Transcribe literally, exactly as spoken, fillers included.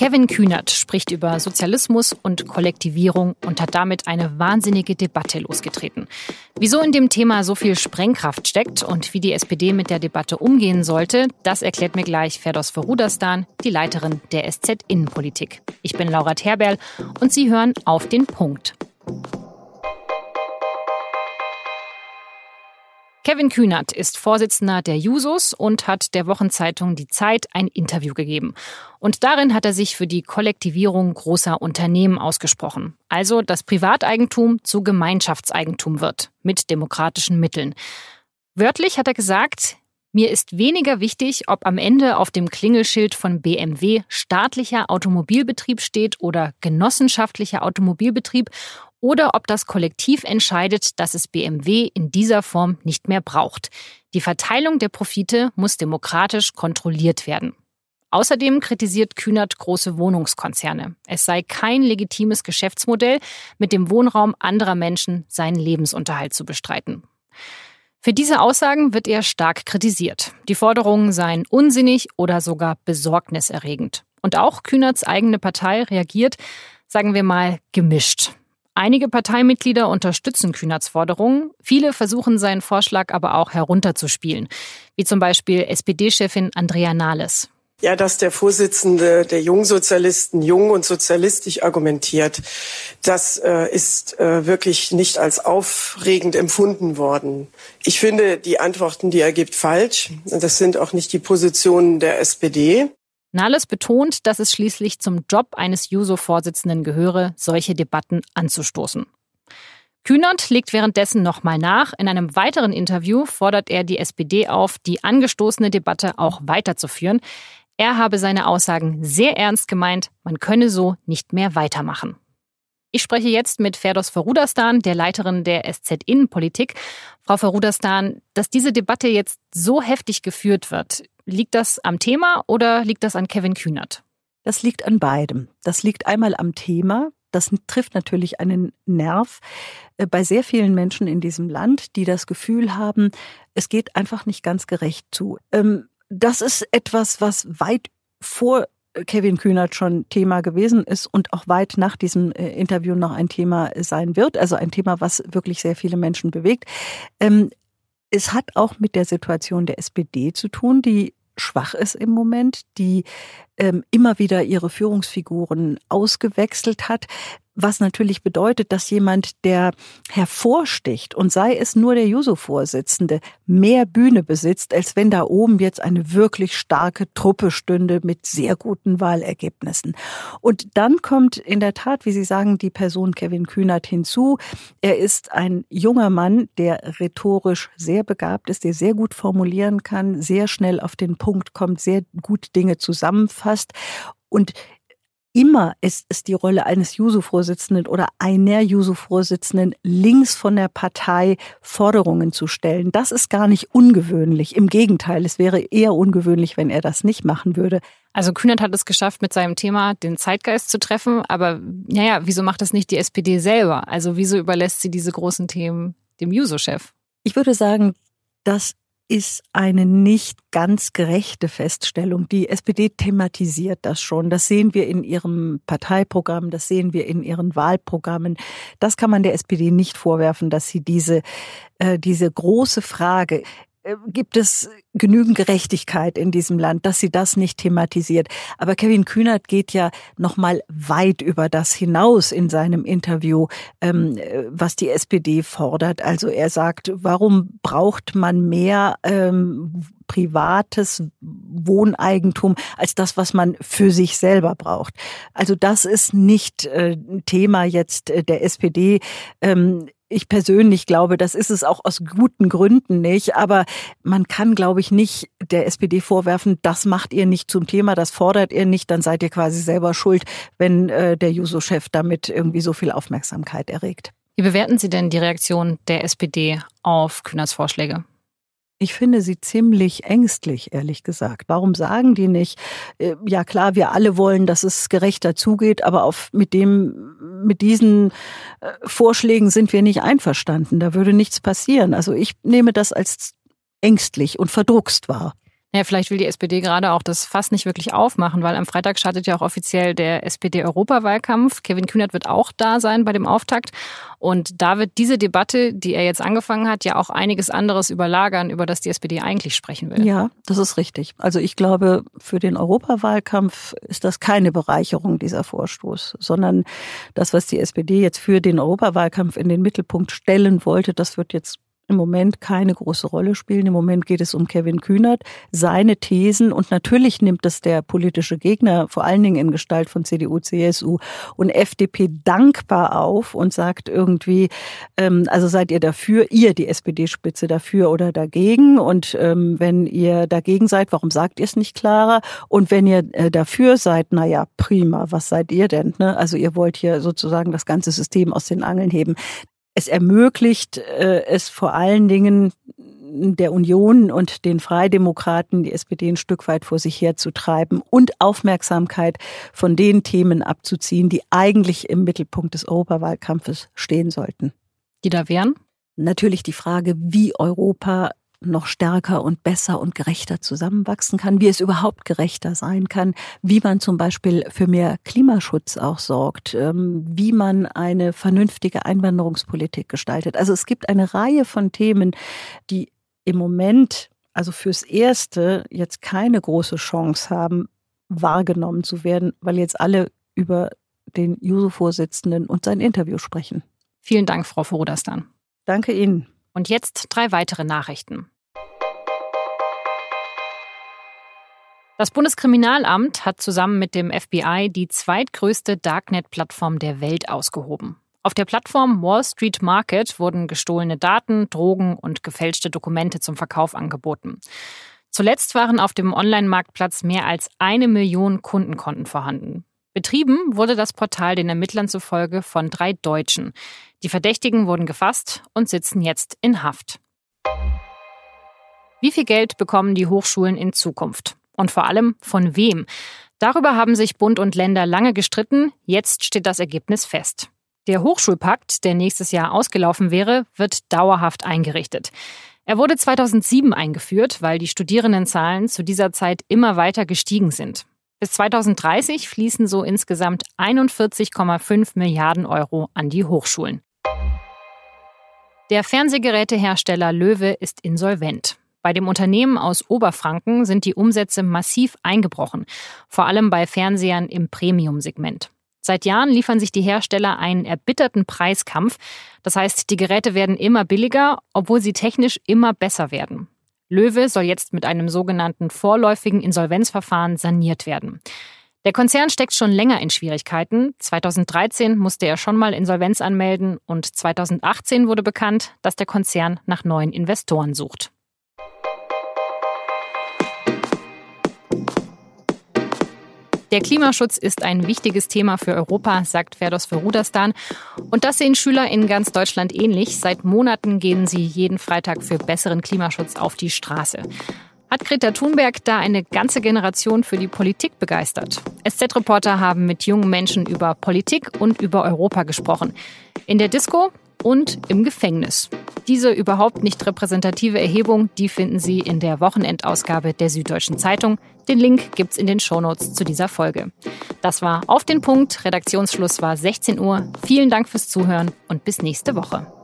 Kevin Kühnert spricht über Sozialismus und Kollektivierung und hat damit eine wahnsinnige Debatte losgetreten. Wieso in dem Thema so viel Sprengkraft steckt und wie die S P D mit der Debatte umgehen sollte, das erklärt mir gleich Ferdoz Forudastan, die Leiterin der S Z Innenpolitik. Ich bin Laura Terberl und Sie hören Auf den Punkt. Kevin Kühnert ist Vorsitzender der Jusos und hat der Wochenzeitung Die Zeit ein Interview gegeben. Und darin hat er sich für die Kollektivierung großer Unternehmen ausgesprochen. Also, dass Privateigentum zu Gemeinschaftseigentum wird, mit demokratischen Mitteln. Wörtlich hat er gesagt: Mir ist weniger wichtig, ob am Ende auf dem Klingelschild von B M W staatlicher Automobilbetrieb steht oder genossenschaftlicher Automobilbetrieb oder ob das Kollektiv entscheidet, dass es B M W in dieser Form nicht mehr braucht. Die Verteilung der Profite muss demokratisch kontrolliert werden. Außerdem kritisiert Kühnert große Wohnungskonzerne. Es sei kein legitimes Geschäftsmodell, mit dem Wohnraum anderer Menschen seinen Lebensunterhalt zu bestreiten. Für diese Aussagen wird er stark kritisiert. Die Forderungen seien unsinnig oder sogar besorgniserregend. Und auch Kühnerts eigene Partei reagiert, sagen wir mal, gemischt. Einige Parteimitglieder unterstützen Kühnerts Forderungen. Viele versuchen seinen Vorschlag aber auch herunterzuspielen. Wie zum Beispiel S P D-Chefin Andrea Nahles. Ja, dass der Vorsitzende der Jungsozialisten jung und sozialistisch argumentiert, das äh, ist äh, wirklich nicht als aufregend empfunden worden. Ich finde die Antworten, die er gibt, falsch. Das sind auch nicht die Positionen der S P D. Nahles betont, dass es schließlich zum Job eines Juso-Vorsitzenden gehöre, solche Debatten anzustoßen. Kühnert legt währenddessen nochmal nach. In einem weiteren Interview fordert er die S P D auf, die angestoßene Debatte auch weiterzuführen. Er habe seine Aussagen sehr ernst gemeint, man könne so nicht mehr weitermachen. Ich spreche jetzt mit Ferdoz Forudastan, der Leiterin der S Z Innenpolitik. Frau Forudastan, dass diese Debatte jetzt so heftig geführt wird, liegt das am Thema oder liegt das an Kevin Kühnert? Das liegt an beidem. Das liegt einmal am Thema. Das trifft natürlich einen Nerv bei sehr vielen Menschen in diesem Land, die das Gefühl haben, es geht einfach nicht ganz gerecht zu. Das ist etwas, was weit vor Kevin Kühnert schon Thema gewesen ist und auch weit nach diesem Interview noch ein Thema sein wird. Also ein Thema, was wirklich sehr viele Menschen bewegt. Es hat auch mit der Situation der S P D zu tun, die schwach ist im Moment, die ähm, immer wieder ihre Führungsfiguren ausgewechselt hat, was natürlich bedeutet, dass jemand, der hervorsticht und sei es nur der Juso-Vorsitzende, mehr Bühne besitzt, als wenn da oben jetzt eine wirklich starke Truppe stünde mit sehr guten Wahlergebnissen. Und dann kommt in der Tat, wie Sie sagen, die Person Kevin Kühnert hinzu. Er ist ein junger Mann, der rhetorisch sehr begabt ist, der sehr gut formulieren kann, sehr schnell auf den Punkt kommt, sehr gut Dinge zusammenfasst. Und immer ist es die Rolle eines Juso-Vorsitzenden oder einer Juso-Vorsitzenden, links von der Partei Forderungen zu stellen. Das ist gar nicht ungewöhnlich. Im Gegenteil, es wäre eher ungewöhnlich, wenn er das nicht machen würde. Also Kühnert hat es geschafft, mit seinem Thema den Zeitgeist zu treffen. Aber naja, wieso macht das nicht die S P D selber? Also wieso überlässt sie diese großen Themen dem Juso-Chef? Ich würde sagen, das ist eine nicht ganz gerechte Feststellung. Die S P D thematisiert das schon. Das sehen wir in ihrem Parteiprogramm, das sehen wir in ihren Wahlprogrammen. Das kann man der S P D nicht vorwerfen, dass sie diese, äh, diese große Frage, äh, gibt es genügend Gerechtigkeit in diesem Land, dass sie das nicht thematisiert. Aber Kevin Kühnert geht ja noch mal weit über das hinaus in seinem Interview, ähm, was die S P D fordert. Also er sagt, warum braucht man mehr ähm, privates Wohneigentum als das, was man für sich selber braucht? Also das ist nicht äh, Thema jetzt äh, der S P D. Ähm, Ich persönlich glaube, das ist es auch aus guten Gründen nicht. Aber man kann, glaube ich, nicht der S P D vorwerfen, das macht ihr nicht zum Thema, das fordert ihr nicht, dann seid ihr quasi selber schuld, wenn äh, der Juso-Chef damit irgendwie so viel Aufmerksamkeit erregt. Wie bewerten Sie denn die Reaktion der S P D auf Kühnerts Vorschläge? Ich finde sie ziemlich ängstlich, ehrlich gesagt. Warum sagen die nicht, äh, ja klar, wir alle wollen, dass es gerechter zugeht, aber auf, mit dem, mit diesen äh, Vorschlägen sind wir nicht einverstanden. Da würde nichts passieren. Also ich nehme das als ängstlich und verdruckst wahr. Ja, vielleicht will die S P D gerade auch das Fass nicht wirklich aufmachen, weil am Freitag startet ja auch offiziell der S P D-Europawahlkampf. Kevin Kühnert wird auch da sein bei dem Auftakt. Und da wird diese Debatte, die er jetzt angefangen hat, ja auch einiges anderes überlagern, über das die S P D eigentlich sprechen will. Ja, das ist richtig. Also ich glaube, für den Europawahlkampf ist das keine Bereicherung, dieser Vorstoß, sondern das, was die S P D jetzt für den Europawahlkampf in den Mittelpunkt stellen wollte, das wird jetzt im Moment keine große Rolle spielen. Im Moment geht es um Kevin Kühnert, seine Thesen, und natürlich nimmt es der politische Gegner, vor allen Dingen in Gestalt von C D U, C S U und F D P, dankbar auf und sagt irgendwie, ähm, also seid ihr dafür, ihr, die S P D-Spitze, dafür oder dagegen? Und ähm, wenn ihr dagegen seid, warum sagt ihr es nicht klarer? Und wenn ihr äh, dafür seid, naja, prima, was seid ihr denn? Ne? Also ihr wollt hier sozusagen das ganze System aus den Angeln heben. Es ermöglicht äh, es vor allen Dingen der Union und den Freidemokraten, die S P D ein Stück weit vor sich herzutreiben und Aufmerksamkeit von den Themen abzuziehen, die eigentlich im Mittelpunkt des Europawahlkampfes stehen sollten. Die da wären? Natürlich die Frage, wie Europa noch stärker und besser und gerechter zusammenwachsen kann, wie es überhaupt gerechter sein kann, wie man zum Beispiel für mehr Klimaschutz auch sorgt, wie man eine vernünftige Einwanderungspolitik gestaltet. Also es gibt eine Reihe von Themen, die im Moment, also fürs Erste, jetzt keine große Chance haben, wahrgenommen zu werden, weil jetzt alle über den Juso-Vorsitzenden und sein Interview sprechen. Vielen Dank, Frau Forodastan. Danke Ihnen. Und jetzt drei weitere Nachrichten. Das Bundeskriminalamt hat zusammen mit dem F B I die zweitgrößte Darknet-Plattform der Welt ausgehoben. Auf der Plattform Wall Street Market wurden gestohlene Daten, Drogen und gefälschte Dokumente zum Verkauf angeboten. Zuletzt waren auf dem Online-Marktplatz mehr als eine Million Kundenkonten vorhanden. Betrieben wurde das Portal den Ermittlern zufolge von drei Deutschen. Die Verdächtigen wurden gefasst und sitzen jetzt in Haft. Wie viel Geld bekommen die Hochschulen in Zukunft? Und vor allem von wem? Darüber haben sich Bund und Länder lange gestritten. Jetzt steht das Ergebnis fest. Der Hochschulpakt, der nächstes Jahr ausgelaufen wäre, wird dauerhaft eingerichtet. Er wurde zweitausendsieben eingeführt, weil die Studierendenzahlen zu dieser Zeit immer weiter gestiegen sind. Bis zweitausenddreißig fließen so insgesamt einundvierzig Komma fünf Milliarden Euro an die Hochschulen. Der Fernsehgerätehersteller Löwe ist insolvent. Bei dem Unternehmen aus Oberfranken sind die Umsätze massiv eingebrochen, vor allem bei Fernsehern im Premium-Segment. Seit Jahren liefern sich die Hersteller einen erbitterten Preiskampf. Das heißt, die Geräte werden immer billiger, obwohl sie technisch immer besser werden. Löwe soll jetzt mit einem sogenannten vorläufigen Insolvenzverfahren saniert werden. Der Konzern steckt schon länger in Schwierigkeiten. zweitausenddreizehn musste er schon mal Insolvenz anmelden und zweitausendachtzehn wurde bekannt, dass der Konzern nach neuen Investoren sucht. Der Klimaschutz ist ein wichtiges Thema für Europa, sagt Ferdos Forodastan. Und das sehen Schüler in ganz Deutschland ähnlich. Seit Monaten gehen sie jeden Freitag für besseren Klimaschutz auf die Straße. Hat Greta Thunberg da eine ganze Generation für die Politik begeistert? S Z-Reporter haben mit jungen Menschen über Politik und über Europa gesprochen. In der Disco und im Gefängnis. Diese überhaupt nicht repräsentative Erhebung, die finden Sie in der Wochenendausgabe der Süddeutschen Zeitung. Den Link gibt's in den Shownotes zu dieser Folge. Das war Auf den Punkt. Redaktionsschluss war sechzehn Uhr. Vielen Dank fürs Zuhören und bis nächste Woche.